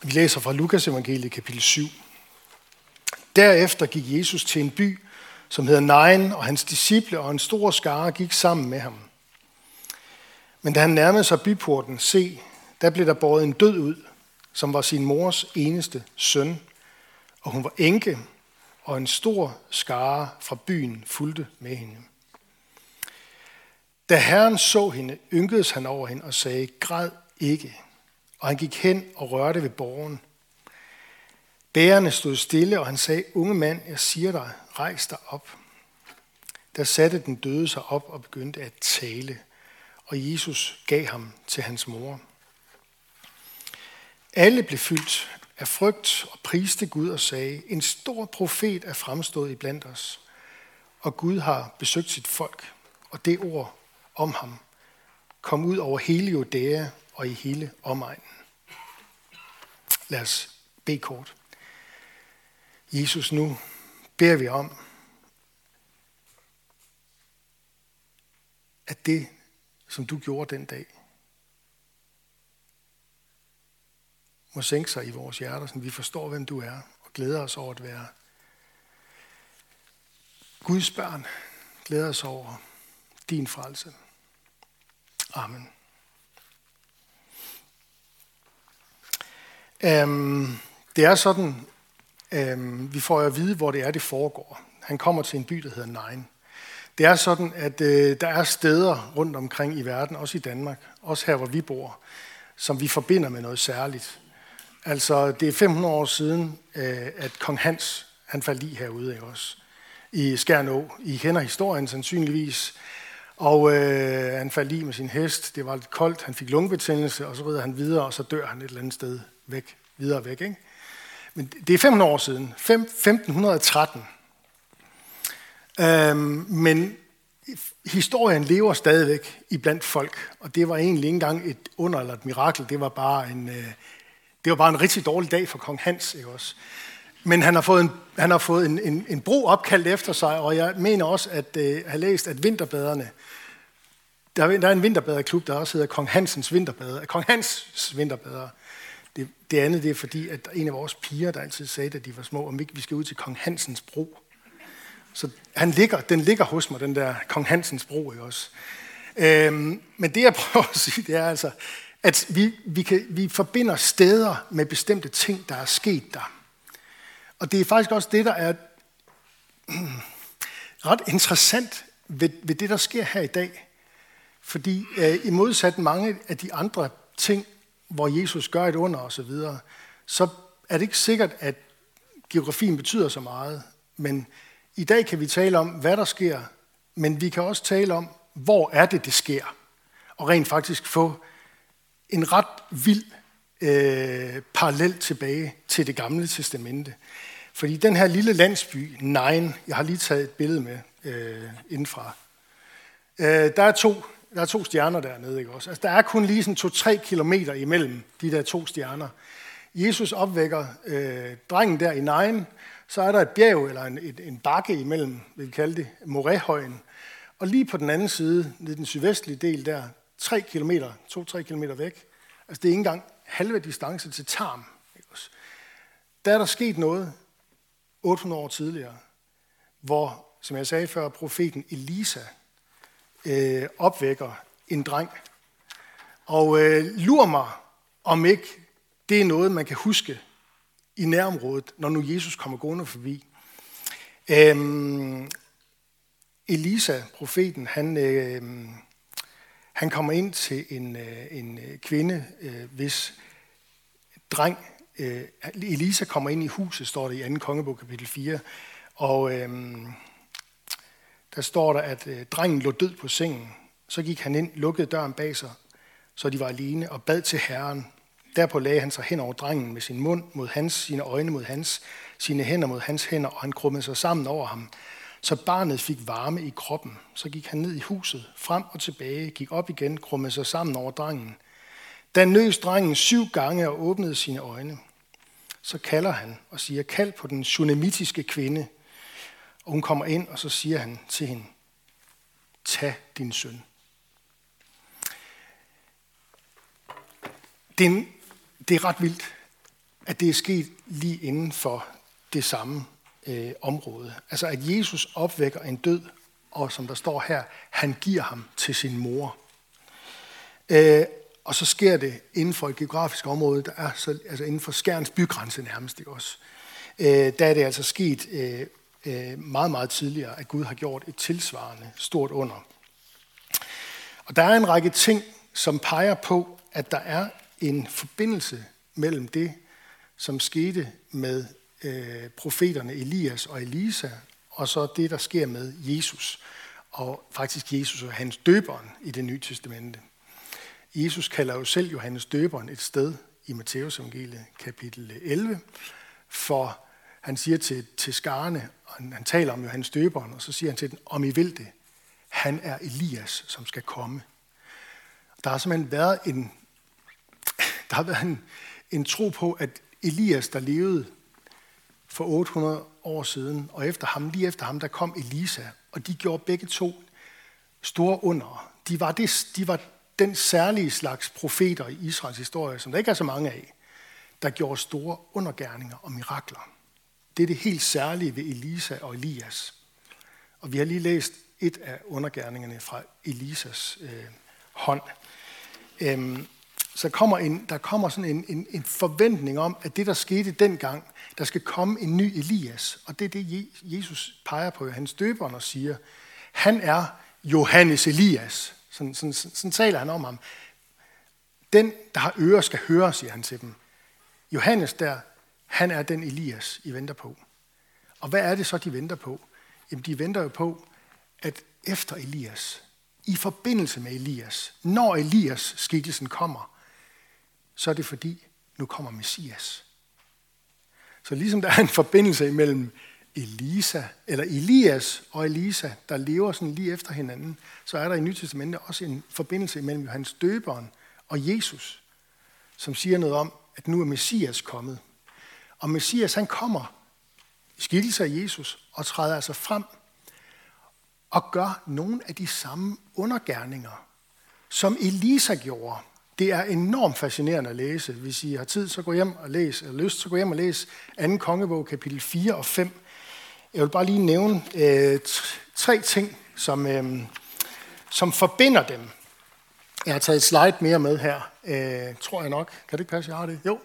Vi læser fra Lukas evangeliet kapitel 7. Derefter gik Jesus til en by, som hedder Nain, og hans disciple og en stor skare gik sammen med ham. Men da han nærmede sig byporten, der blev der båret en død ud, som var sin mors eneste søn, og hun var enke, og en stor skare fra byen fulgte med hende. Da Herren så hende, ynkedes han over hende og sagde, græd ikke. Og han gik hen og rørte ved borgen. Bærerne stod stille, og han sagde, unge mand, jeg siger dig, rejs dig op. Der satte den døde sig op og begyndte at tale, og Jesus gav ham til hans mor. Alle blev fyldt af frygt og priste Gud og sagde, en stor profet er fremstået iblandt os, og Gud har besøgt sit folk, og det ord om ham kom ud over hele Judæa og i hele omegnen. Lad os bede kort. Jesus, nu beder vi om, at det, som du gjorde den dag, må sænke sig i vores hjerter, så vi forstår, hvem du er, og glæder os over at være Guds børn. Glæder os over din frelse. Amen. Det er sådan, vi får at vide, hvor det er, det foregår. Han kommer til en by, der hedder Nain. Det er sådan, at der er steder rundt omkring i verden, også i Danmark, også her, hvor vi bor, som vi forbinder med noget særligt. Altså, det er 500 år siden, at kong Hans, han faldt i herude, ikke også? I Skjernå. I kender historien sandsynligvis. Og han faldt i med sin hest. Det var lidt koldt. Han fik lungebetændelse, og så rider han videre, og så dør han et eller andet sted videre væk, ikke? Men det er 500 år siden. 1513. Men historien lever stadigvæk iblandt folk, og det var egentlig ikke engang et under eller et mirakel. Det var bare en rigtig dårlig dag for kong Hans, ikke også? Men han har fået en bro opkaldt efter sig, og jeg mener også at have læst, at vinterbaderne, der er en vinterbaderklub, der også hedder Kong Hansens Vinterbader. Kong Hans Vinterbader. Det andet, det er fordi, at en af vores piger, der altid sagde, da de var små, om ikke vi skal ud til Kong Hansens bro. Så den ligger hos mig, den der Kong Hansens bro, ikke også? Men det, jeg prøver at sige, det er altså, at vi forbinder steder med bestemte ting, der er sket der. Og det er faktisk også det, der er ret interessant ved det, der sker her i dag. Fordi i modsat mange af de andre ting, hvor Jesus gør et under osv., så er det ikke sikkert, at geografien betyder så meget. Men i dag kan vi tale om, hvad der sker, men vi kan også tale om, hvor er det sker. Og rent faktisk få en ret vild parallel tilbage til det gamle testamente. Fordi den her lille landsby, Nain, jeg har lige taget et billede med indenfra. Der er to stjerner dernede, ikke også? Altså, der er kun lige sådan 2-3 kilometer imellem de der 2 stjerner. Jesus opvækker drengen der i Nain, så er der et bjerg eller en bakke imellem, vil vi kalde det, Morehøjen. Og lige på den anden side, i den sydvestlige del der, 2-3 kilometer væk, altså det er ikke engang halve distance til Tarm. Ikke også? Der er der sket noget 800 år tidligere, hvor, som jeg sagde før, profeten Elisa opvækker en dreng. Og lur mig, om ikke det er noget, man kan huske i nærområdet, når nu Jesus kommer gående forbi. Elisa, profeten, han kommer ind til en kvinde, hvis dreng, Elisa kommer ind i huset, står det i 2. kongebog, kapitel 4, og der står der, at drengen lå død på sengen. Så gik han ind, lukkede døren bag sig, så de var alene, og bad til Herren. Derpå lagde han sig hen over drengen med sin mund mod hans, sine øjne mod hans, sine hænder mod hans hænder, og han krummede sig sammen over ham. Så barnet fik varme i kroppen. Så gik han ned i huset, frem og tilbage, gik op igen, krummede sig sammen over drengen. Da nøs drengen 7 gange og åbnede sine øjne. Så kalder han og siger, kald på den sunamitiske kvinde. Og hun kommer ind, og så siger han til hende, tag din søn. Det er ret vildt. at det er sket lige inden for det samme område. Altså at Jesus opvækker en død, og som der står her, han giver ham til sin mor. Og så sker det inden for et geografisk område, der er så, altså inden for Skjerns bygrænse nærmest ikke også. Der er det altså sket meget, meget tidligere, at Gud har gjort et tilsvarende stort under. Og der er en række ting, som peger på, at der er en forbindelse mellem det, som skete med profeterne Elias og Elisa, og så det, der sker med Jesus, og faktisk Jesus og hans døberen i Det Nye Testamente. Jesus kalder jo selv Johannes døberen et sted i Matteus evangeliet, kapitel 11, for han siger til skarne, og han taler om Johannes døberen, og så siger han til dem, om I vil det, han er Elias, som skal komme. Der har simpelthen været en tro på, at Elias, der levede for 800 år siden, og lige efter ham, der kom Elisa, og de gjorde begge to store under. De var den særlige slags profeter i Israels historie, som der ikke er så mange af, der gjorde store undergerninger og mirakler. Det er det helt særlige ved Elisa og Elias. Og vi har lige læst et af undergerningerne fra Elisas hånd. Så der kommer sådan en forventning om, at det, der skete dengang, der skal komme en ny Elias. Og det er det, Jesus peger på Johannes døberen og siger, han er Johannes Elias. Sådan taler han om ham. Den, der har ører, skal høre, siger han til dem. Johannes der, han er den Elias, I venter på. Og hvad er det så, de venter på? Jamen, de venter jo på, at efter Elias, i forbindelse med Elias, når Elias skikkelsen kommer, så er det fordi, nu kommer Messias. Så ligesom der er en forbindelse mellem Elias og Elisa, der lever sådan lige efter hinanden, så er der i Nye Testamente også en forbindelse mellem Johannes døberen og Jesus, som siger noget om, at nu er Messias kommet. Og Messias, han kommer i skikkelse af Jesus og træder altså frem og gør nogle af de samme undergerninger, som Elisa gjorde. Det er enormt fascinerende at læse. Hvis I har tid, så gå hjem og læs, eller lyst, så gå hjem og læs 2. kongebog, kapitel 4 og 5. Jeg vil bare lige nævne 3 ting, som forbinder dem. Jeg har taget et slide mere med her, tror jeg nok. Kan det ikke passe, jeg har det? Jo.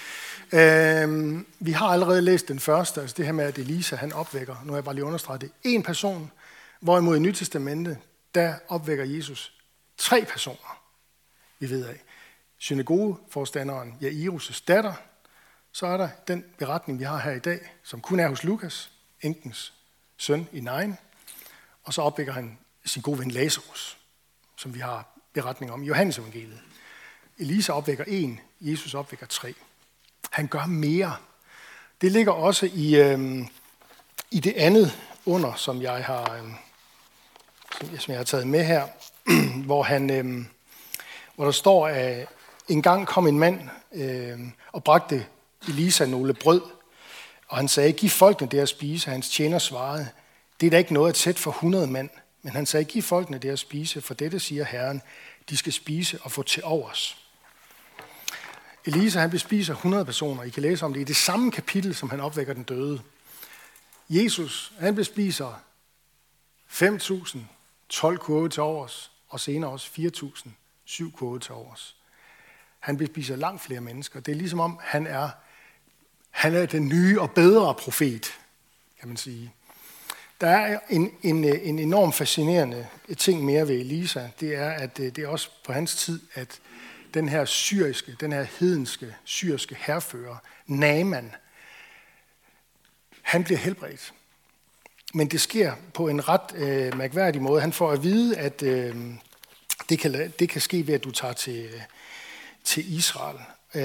Vi har allerede læst den første, altså det her med, at Elisa han opvækker. Nu har jeg bare lige understreget det. 1 person, hvorimod i Nye Testamente, der opvækker Jesus 3 personer. Vi ved af. Synagogeforstanderen Jairus' datter. Så er der den beretning, vi har her i dag, som kun er hos Lukas, enkens søn i Nain. Og så opvækker han sin gode ven Lazarus, som vi har beretning om i Johannes evangeliet. Elisa opvækker 1, Jesus opvækker 3. Han gør mere. Det ligger også i det andet under, som jeg har taget med her, hvor der står, at engang kom en mand og bragte Elisa nogle brød, og han sagde, giv folkene det at spise. Hans tjener svarede, det er da ikke noget at sætte for 100 mand, men han sagde, giv folkene det at spise, for dette siger Herren, de skal spise og få til overs. Elisa, han bespiser 100 personer. I kan læse om det i det samme kapitel, som han opvækker den døde. Jesus, han bespiser 5.000, 12 kurve til overs, og senere også 4.000, 7 kurve til overs. Han bespiser langt flere mennesker. Det er ligesom om, han er den nye og bedre profet, kan man sige. Der er en enorm fascinerende ting mere ved Elisa. Det er, at det er også på hans tid, at den her hedenske syriske hærfører, Naaman, han bliver helbredt. Men det sker på en ret mærkværdig måde. Han får at vide, at det kan ske ved, at du tager til Israel.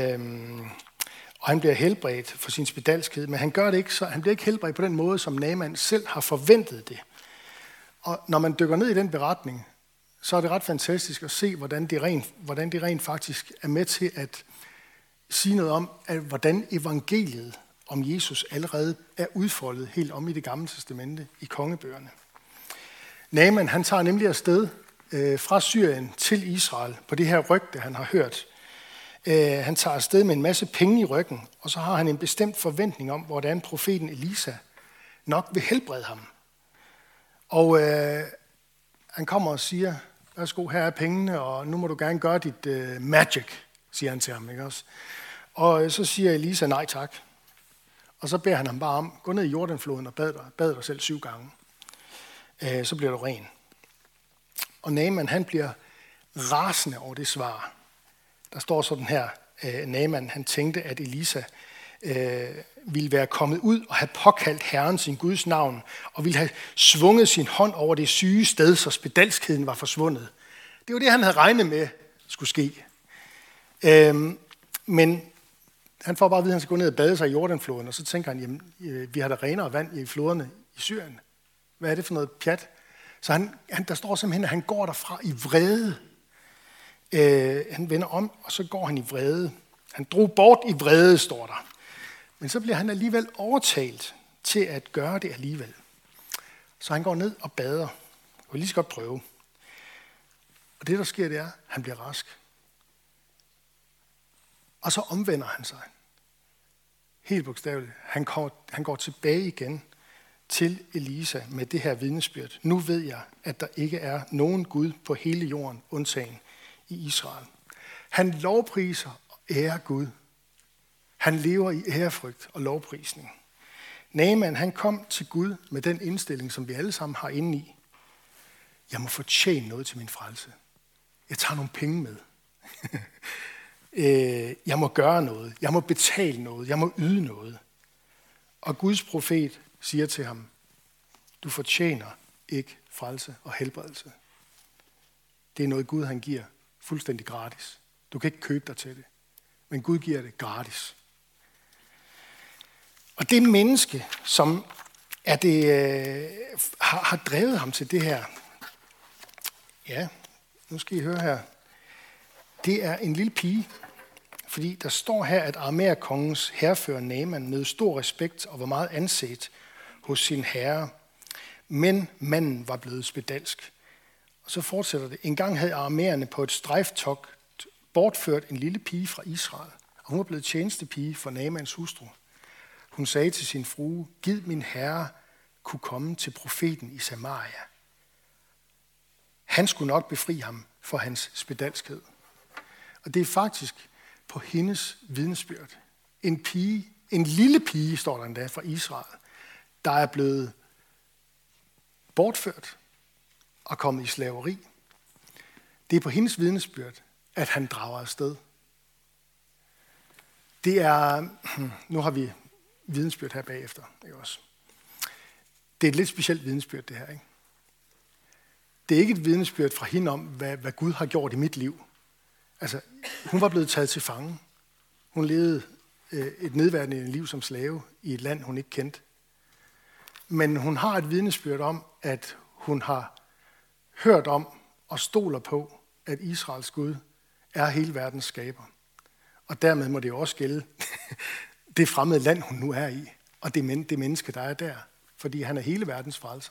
Og han bliver helbredt for sin spedalskhed, men han gør det ikke, så han bliver ikke helbredt på den måde, som Naaman selv har forventet det. Og når man dykker ned i den beretning, så er det ret fantastisk at se, hvordan det rent faktisk er med til at sige noget om, hvordan evangeliet om Jesus allerede er udfoldet helt om i Det Gamle Testamente i kongebøgerne. Naaman, han tager nemlig afsted fra Syrien til Israel på det her rygte, han har hørt Han tager afsted med en masse penge i ryggen, og så har han en bestemt forventning om, hvordan profeten Elisa nok vil helbrede ham. Og han kommer og siger, værsgo, her er pengene, og nu må du gerne gøre dit magic, siger han til ham, ikke også? Og så siger Elisa, nej tak. Og så beder han ham bare om, gå ned i Jordanfloden og bad dig selv 7 gange. Så bliver du ren. Og Naaman, han bliver rasende over det svar. Der står sådan her, Naaman, han tænkte, at Elisa ville være kommet ud og have påkaldt Herren sin Guds navn, og ville have svunget sin hånd over det syge sted, så spedalskheden var forsvundet. Det var det, han havde regnet med skulle ske. Men han får bare at vide, at han skal gå ned og bade sig i Jordanfloden, og så tænker han, jamen, vi har da renere vand i floderne i Syrien. Hvad er det for noget pjat? Så der står simpelthen, at han går derfra i vrede. Han vender om, og så går han i vrede. Han drog bort i vrede, står der. Men så bliver han alligevel overtalt til at gøre det alligevel. Så han går ned og bader. Jeg vil lige så godt prøve. Og det, der sker, det er, at han bliver rask. Og så omvender han sig. Helt bogstaveligt. Han går tilbage igen til Elisa med det her vidnesbyrd. Nu ved jeg, at der ikke er nogen Gud på hele jorden, undtagen i Israel. Han lovpriser og ærer Gud. Han lever i ærefrygt og lovprisning. Naaman, han kom til Gud med den indstilling, som vi alle sammen har inde i. Jeg må fortjene noget til min frelse. Jeg tager nogle penge med. Jeg må gøre noget. Jeg må betale noget. Jeg må yde noget. Og Guds profet siger til ham, du fortjener ikke frelse og helbredelse. Det er noget Gud, han giver fuldstændig gratis. Du kan ikke købe dig til det. Men Gud giver det gratis. Og det menneske, som har drevet ham til det her, ja, nu skal I høre her, det er en lille pige. Fordi der står her, at Aramæerkongens hærfører Naaman nød stor respekt og var meget anset hos sin herre. Men manden var blevet spedalsk. Og så fortsætter det. En gang havde aramæerne på et strejftogt bortført en lille pige fra Israel. Og hun var blevet tjenestepige for Naamans hustru. Hun sagde til sin frue, gid min herre kunne komme til profeten i Samaria. Han skulle nok befri ham for hans spedalskhed. Og det er faktisk på hendes vidnesbyrd. En lille pige, står der endda, fra Israel, der er blevet bortført og kommet i slaveri. Det er på hendes vidnesbyrd, at han drager afsted. Det er, nu har vi vidnesbyrd her bagefter, ikke også? Det er et lidt specielt vidnesbyrd, det her, ikke? Det er ikke et vidnesbyrd fra hende om, hvad Gud har gjort i mit liv. Altså, hun var blevet taget til fange. Hun levede et nedværdigende liv som slave i et land, hun ikke kendte. Men hun har et vidnesbyrd om, at hun har hørt om og stoler på, at Israels Gud er hele verdens skaber. Og dermed må det jo også gælde det fremmede land, hun nu er i, og det menneske, der er der, fordi han er hele verdens frelser.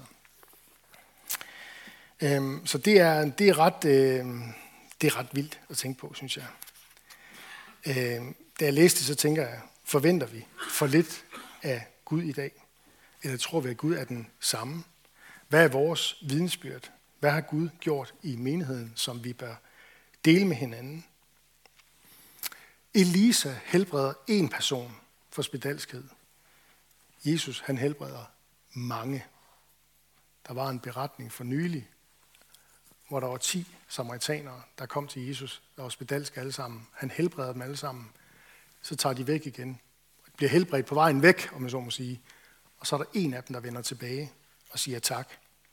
Så det er ret vildt at tænke på, synes jeg. Da jeg læste det, så tænker jeg, forventer vi for lidt af Gud i dag? Eller tror vi, at Gud er den samme? Hvad er vores vidnesbyrd? Hvad har Gud gjort i menigheden, som vi bør dele med hinanden? Elisa helbreder en person for spedalskhed. Jesus, han helbreder mange. Der var en beretning for nylig, hvor der var 10 samaritanere, der kom til Jesus, der var spedalske alle sammen. Han helbreder dem alle sammen. Så tager de væk igen. Bliver helbredt på vejen væk, om jeg så må sige. Og så er der en af dem, der vender tilbage og siger tak.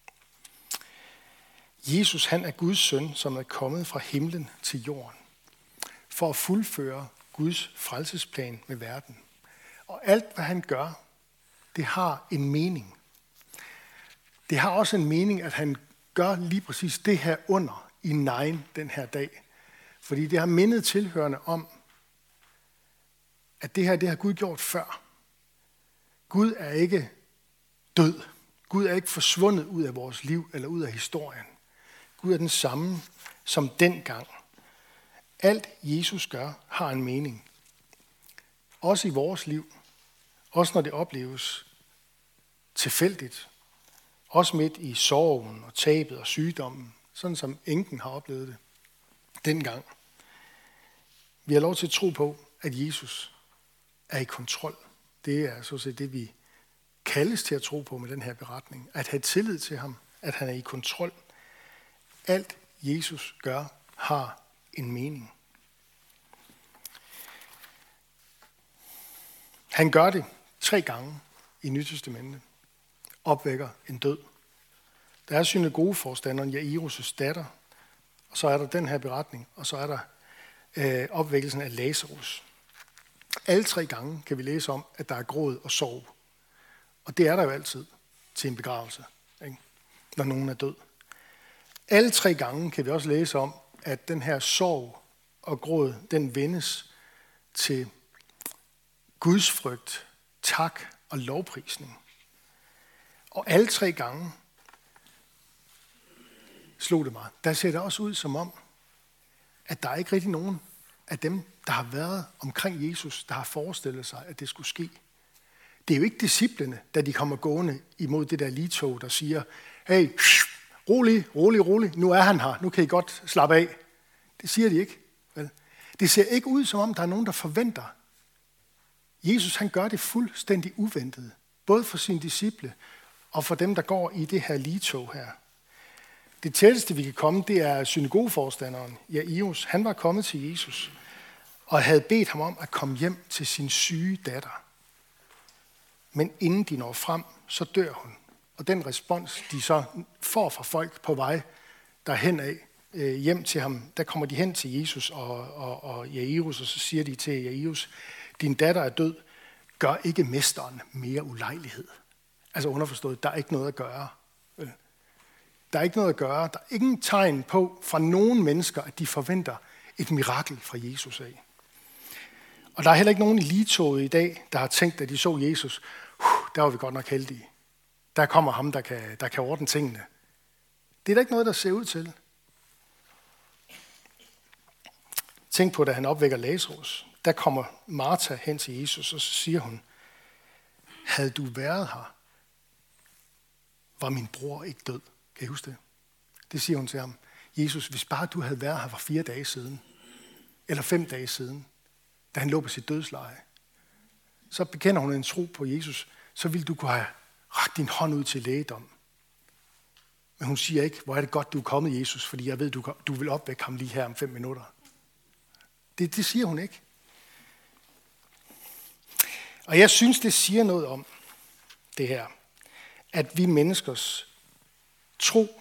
Jesus, han er Guds søn, som er kommet fra himlen til jorden, for at fuldføre Guds frelsesplan med verden. Og alt, hvad han gør, det har en mening. Det har også en mening, at han gør lige præcis det her under i Nain den her dag. Fordi det har mindet tilhørende om, at det her, det har Gud gjort før. Gud er ikke død. Gud er ikke forsvundet ud af vores liv eller ud af historien. Gud er den samme som dengang, Alt Jesus gør, har en mening. Også i vores liv. Også når det opleves tilfældigt. Også midt i sorgen og tabet og sygdommen. Sådan som enken har oplevet det dengang. Vi har lov til at tro på, at Jesus er i kontrol. Det er så set det, vi kaldes til at tro på med den her beretning. At have tillid til ham. At han er i kontrol. Alt Jesus gør, har en mening. Han gør det 3 gange i Nye Testamente. Opvækker en død. Der er synagogeforstanderen Jairus' datter, og så er der den her beretning, og så er der opvækkelsen af Lazarus. Alle 3 gange kan vi læse om, at der er gråd og sorg. Og det er der jo altid til en begravelse, ikke? Når nogen er død. Alle 3 gange kan vi også læse om, at den her sorg og gråd, den vendes til Guds frygt, tak og lovprisning. Og alle 3 gange slog det mig. Der ser det også ud som om, at der er ikke rigtig nogen af dem, der har været omkring Jesus, der har forestillet sig, at det skulle ske. Det er jo ikke disciplene, da de kommer gående imod det der ligtog, der siger, hey, rolig, nu er han her, nu kan I godt slappe af. Det siger de ikke. Vel? Det ser ikke ud, som om der er nogen, der forventer. Jesus, han gør det fuldstændig uventet, både for sine disciple og for dem, der går i det her ligtog her. Det tætteste, vi kan komme, det er synagogeforstanderen Jairus. Han var kommet til Jesus og havde bedt ham om at komme hjem til sin syge datter. Men inden de når frem, så dør hun. Og den respons, de så får fra folk på vej derhen af, hjem til ham, der kommer de hen til Jesus og Jairus, og så siger de til Jairus, din datter er død, gør ikke mesteren mere ulejlighed. Altså underforstået, der er ikke noget at gøre. Der er ikke noget at gøre. Der er ingen tegn på fra nogen mennesker, at de forventer et mirakel fra Jesus af. Og der er heller ikke nogen i ligtoget i dag, der har tænkt, at de så Jesus. Der var vi godt nok heldige. Der kommer ham, der kan ordne tingene. Det er da ikke noget, der ser ud til. Tænk på, da han opvækker Lazarus. Der kommer Martha hen til Jesus, og så siger hun, havde du været her, var min bror ikke død. Kan I huske det? Det siger hun til ham. Jesus, hvis bare du havde været her for 4 dage siden, eller 5 dage siden, da han lå på sit dødsleje, så bekender hun en tro på Jesus, så ville du kunne have rakt din hånd ud til lægedom. Men hun siger ikke, hvor er det godt, du er kommet, Jesus, fordi jeg ved, du vil opvække ham lige her om 5 minutter. Det siger hun ikke. Og jeg synes, det siger noget om det her, at vi menneskers tro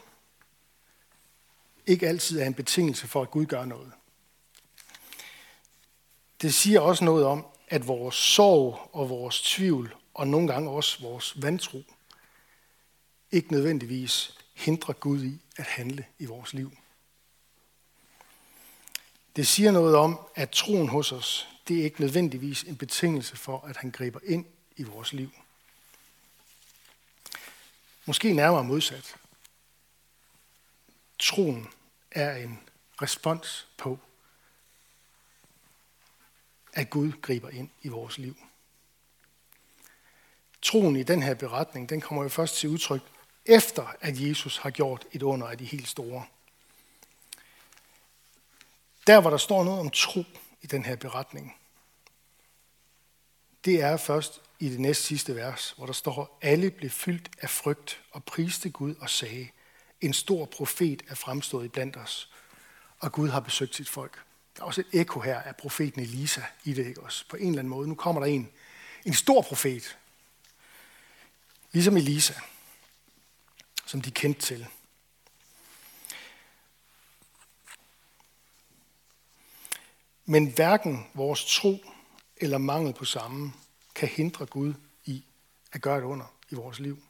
ikke altid er en betingelse for, at Gud gør noget. Det siger også noget om, at vores sorg og vores tvivl, og nogle gange også vores vantro, ikke nødvendigvis hindrer Gud i at handle i vores liv. Det siger noget om, at troen hos os, det er ikke nødvendigvis en betingelse for, at han griber ind i vores liv. Måske nærmere modsat. Troen er en respons på, at Gud griber ind i vores liv. Troen i den her beretning, den kommer jo først til udtryk, efter at Jesus har gjort et under af de helt store. Der, hvor der står noget om tro i den her beretning, det er først i det næst sidste vers, hvor der står, alle blev fyldt af frygt og priste Gud og sagde, en stor profet er fremstået iblandt os, og Gud har besøgt sit folk. Der er også et ekko her af profeten Elisa i det, ikke også? På en eller anden måde. Nu kommer der en stor profet, ligesom Elisa, som de kendte til. Men hverken vores tro eller mangel på samme kan hindre Gud i at gøre et under i vores liv.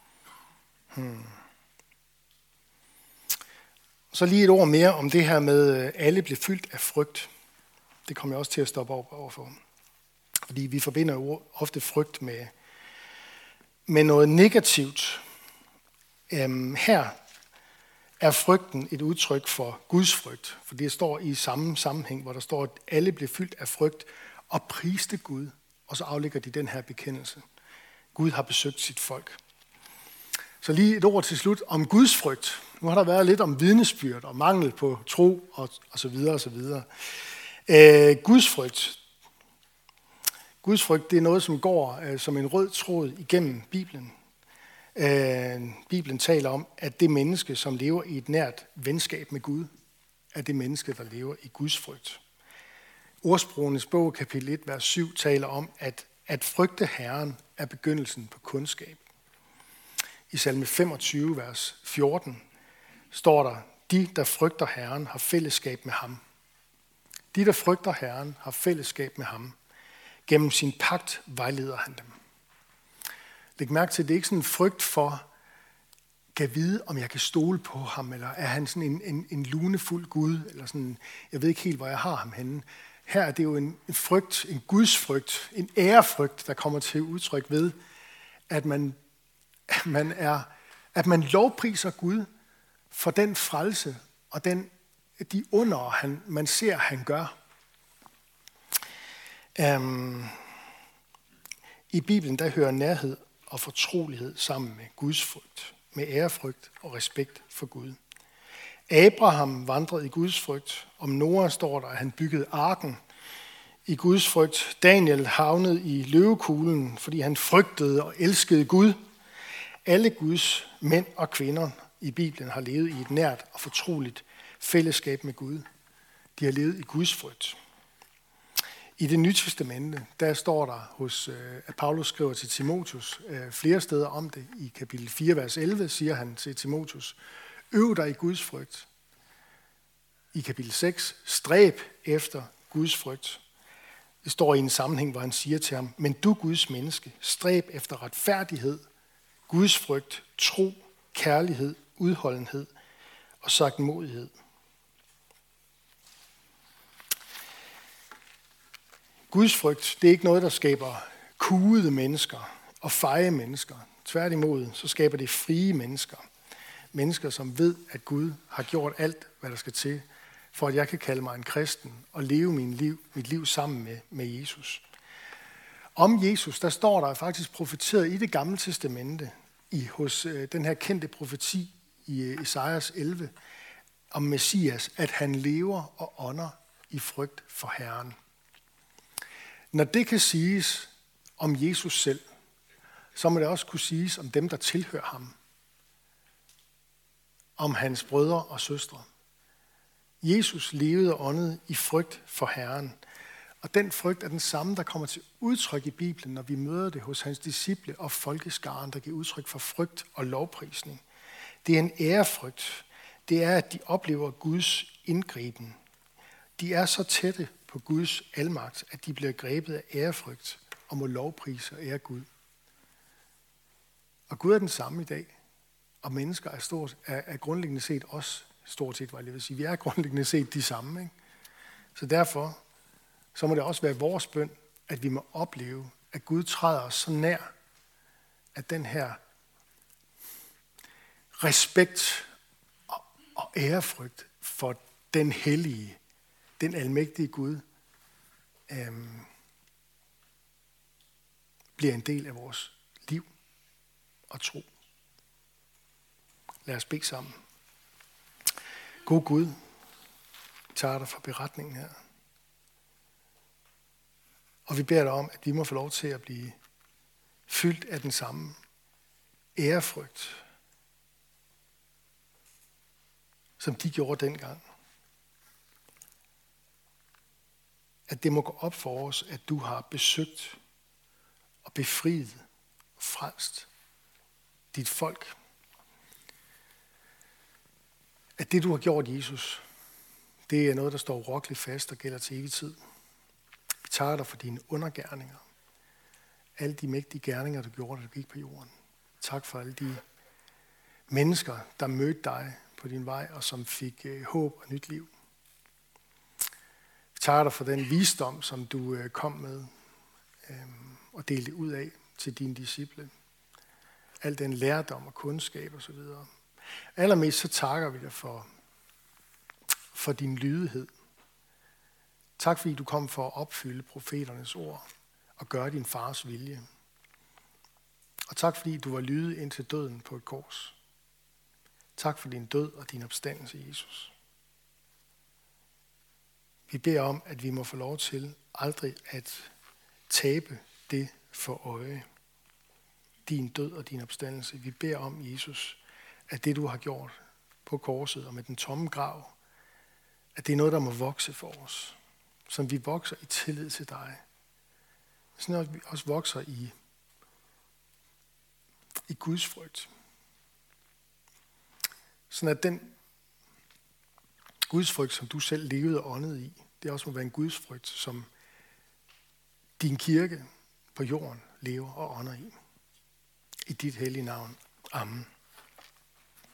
Så lige et ord mere om det her med, alle blev fyldt af frygt. Det kommer jeg også til at stoppe overfor. Fordi vi forbinder jo ofte frygt med noget negativt. Her er frygten et udtryk for Guds frygt. For det står i samme sammenhæng, hvor der står, at alle blev fyldt af frygt og priste Gud. Og så aflægger de den her bekendelse. Gud har besøgt sit folk. Så lige et ord til slut om Guds frygt. Nu har der været lidt om vidnesbyrd og mangel på tro og så videre og så videre. Guds frygt. Guds frygt, det er noget, som går som en rød tråd igennem Bibelen. Bibelen taler om, at det menneske, som lever i et nært venskab med Gud, er det menneske, der lever i Guds frygt. Ordsprogenes bog, kapitel 1, vers 7, taler om, at frygte Herren er begyndelsen på kundskab. I salme 25, vers 14, står der, de, der frygter Herren, har fællesskab med ham. De, der frygter Herren, har fællesskab med ham. Gennem sin pagt vejleder han dem. Læg mærke til, at det ikke er sådan en frygt for, kan vide, om jeg kan stole på ham, eller er han sådan en lunefuld Gud, eller sådan, jeg ved ikke helt, hvor jeg har ham henne. Her er det jo en frygt, en Guds frygt, en ærefrygt, der kommer til udtryk ved, at man lovpriser Gud for den frelse og de under, man ser, han gør. I Bibelen, der hører nærhed og fortrolighed sammen med Guds frygt, med ærefrygt og respekt for Gud. Abraham vandrede i Guds frygt. Om Noah står der, at han byggede arken i Guds frygt. Daniel havnede i løvekuglen, fordi han frygtede og elskede Gud. Alle Guds mænd og kvinder i Bibelen har levet i et nært og fortroligt fællesskab med Gud. De har levet i Guds frygt. I det Nye Testamente, der står der at Paulus skriver til Timotheus flere steder om det. I kapitel 4, vers 11 siger han til Timotheus, øv dig i Guds frygt. I kapitel 6, stræb efter Guds frygt. Det står i en sammenhæng, hvor han siger til ham, men du Guds menneske, stræb efter retfærdighed, Guds frygt, tro, kærlighed, udholdenhed og sagtmodighed. Guds frygt, det er ikke noget, der skaber kugede mennesker og feje mennesker. Tværtimod, så skaber det frie mennesker. Mennesker, som ved, at Gud har gjort alt, hvad der skal til, for at jeg kan kalde mig en kristen og leve mit liv sammen med Jesus. Om Jesus, der står der faktisk profeteret i det gamle testamente, hos den her kendte profeti i Esajas 11, om Messias, at han lever og ånder i frygt for Herren. Når det kan siges om Jesus selv, så må det også kunne siges om dem, der tilhører ham. Om hans brødre og søstre. Jesus levede og åndede i frygt for Herren. Og den frygt er den samme, der kommer til udtryk i Bibelen, når vi møder det hos hans disciple og folkeskaren, der giver udtryk for frygt og lovprisning. Det er en ærefrygt. Det er, at de oplever Guds indgriben. De er så tætte på Guds almagt, at de bliver grebet af ærefrygt og må lovprise og ære Gud. Og Gud er den samme i dag, og mennesker er grundlæggende set også stort set, hvad jeg vil sige. Vi er grundlæggende set de samme. Ikke? Så derfor så må det også være vores bøn, at vi må opleve, at Gud træder os så nær, at den her respekt og ærefrygt for den hellige, den almægtige Gud, bliver en del af vores liv og tro. Lad os bede sammen. God Gud, vi tager dig for beretningen her. Og vi beder dig om, at vi må få lov til at blive fyldt af den samme ærefrygt, som de gjorde dengang. At det må gå op for os, at du har besøgt og befriet og frelst dit folk. At det, du har gjort, Jesus, det er noget, der står urokkeligt fast og gælder til evig tid. Vi tager dig for dine undergerninger. Alle de mægtige gerninger, du gjorde, da du gik på jorden. Tak for alle de mennesker, der mødte dig på din vej, og som fik håb og nyt liv. Vi tager dig for den visdom, som du kom med og delte ud af til dine disciple. Al den lærdom og kundskab osv. Allermest så takker vi dig for din lydighed. Tak fordi du kom for at opfylde profeternes ord og gøre din fars vilje. Og tak fordi du var lydig indtil døden på et kors. Tak for din død og din opstandelse, Jesus. Vi beder om, at vi må få lov til aldrig at tabe det for øje. Din død og din opstandelse. Vi beder om, Jesus, at det du har gjort på korset og med den tomme grav, at det er noget, der må vokse for os. Som vi vokser i tillid til dig. Sådan at vi også vokser i Guds frygt. Sådan at den Guds frygt, som du selv levede og åndede i, det også må være en Guds frygt, som din kirke på jorden lever og ånder i. I dit hellige navn. Amen.